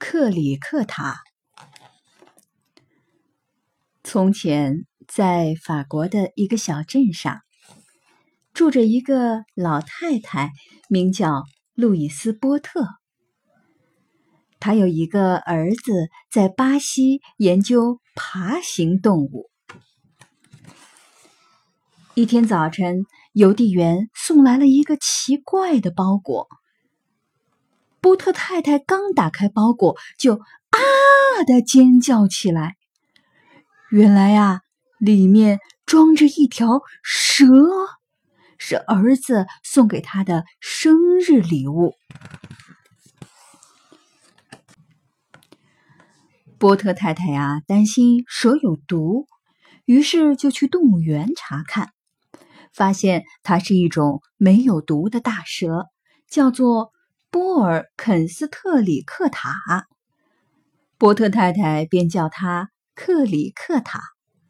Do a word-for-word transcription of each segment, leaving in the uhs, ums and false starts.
克里克塔。从前，在法国的一个小镇上，住着一个老太太，名叫路易斯·波特。她有一个儿子在巴西研究爬行动物。一天早晨，邮递员送来了一个奇怪的包裹。波特太太刚打开包裹，就啊的尖叫起来。原来啊，里面装着一条蛇，是儿子送给他的生日礼物。波特太太呀，担心蛇有毒，于是就去动物园查看，发现它是一种没有毒的大蛇，叫做波尔肯斯特里克塔。波特太太便叫它克里克塔。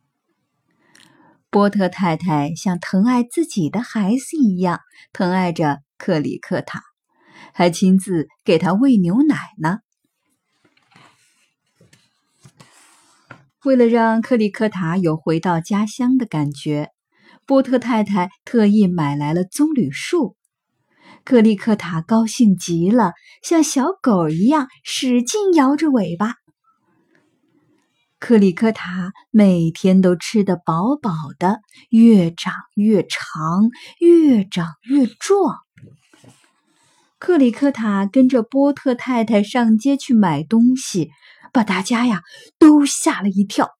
波特太太像疼爱自己的孩子一样疼爱着克里克塔，还亲自给他喂牛奶呢。为了让克里克塔有回到家乡的感觉，波特太太特意买来了棕榈树。克里克塔高兴极了，像小狗一样使劲摇着尾巴。克里克塔每天都吃得饱饱的，越长越长，越长越壮。克里克塔跟着波特太太上街去买东西，把大家呀都吓了一跳。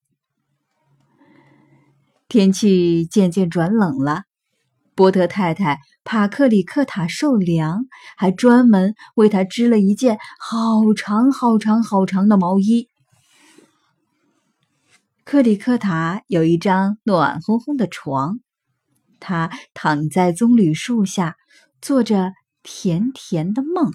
天气渐渐转冷了，波特太太怕克里克塔受凉，还专门为他织了一件好长好长好长的毛衣。克里克塔有一张暖烘烘的床，他躺在棕榈树下，做着甜甜的梦。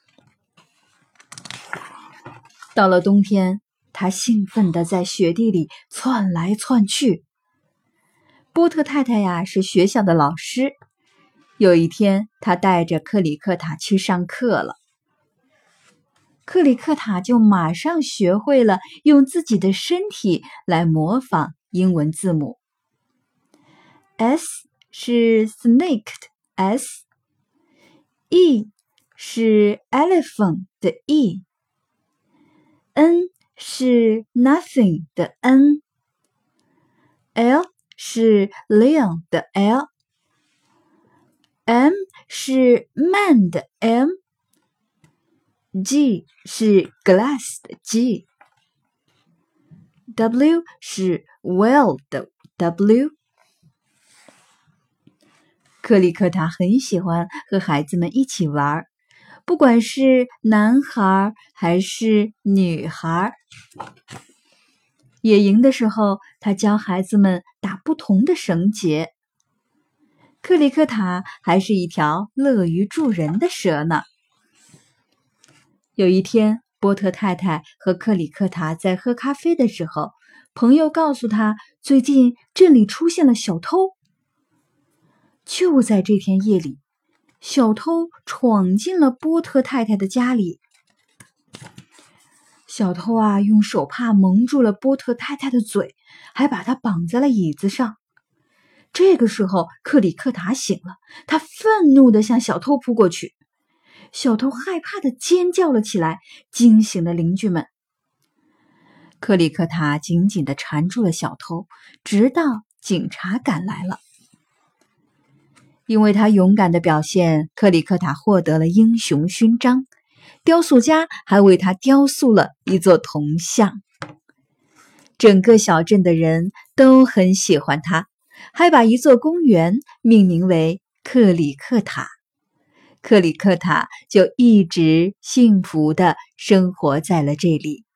到了冬天，他兴奋地在雪地里窜来窜去。波特太太呀是学校的老师，有一天他带着克里克塔去上课了。克里克塔就马上学会了用自己的身体来模仿英文字母。S 是 snake 的 S，E 是 elephant 的 E，N 是 nothing 的 N，L 是 lion 的 L，M 是 man 的 M，G 是 glass 的 G，W 是 well 的 W。克里克塔很喜欢和孩子们一起玩，不管是男孩还是女孩。野营的时候，他教孩子们打不同的绳结。克里克塔还是一条乐于助人的蛇呢。有一天，波特太太和克里克塔在喝咖啡的时候，朋友告诉他，最近镇里出现了小偷。就在这天夜里，小偷闯进了波特太太的家里。小偷啊，用手帕蒙住了波特太太的嘴，还把她绑在了椅子上。这个时候，克里克塔醒了，他愤怒地向小偷扑过去。小偷害怕地尖叫了起来，惊醒了邻居们。克里克塔紧紧地缠住了小偷，直到警察赶来了。因为他勇敢的表现，克里克塔获得了英雄勋章，雕塑家还为他雕塑了一座铜像。整个小镇的人都很喜欢他，还把一座公园命名为克里克塔。克里克塔就一直幸福地生活在了这里。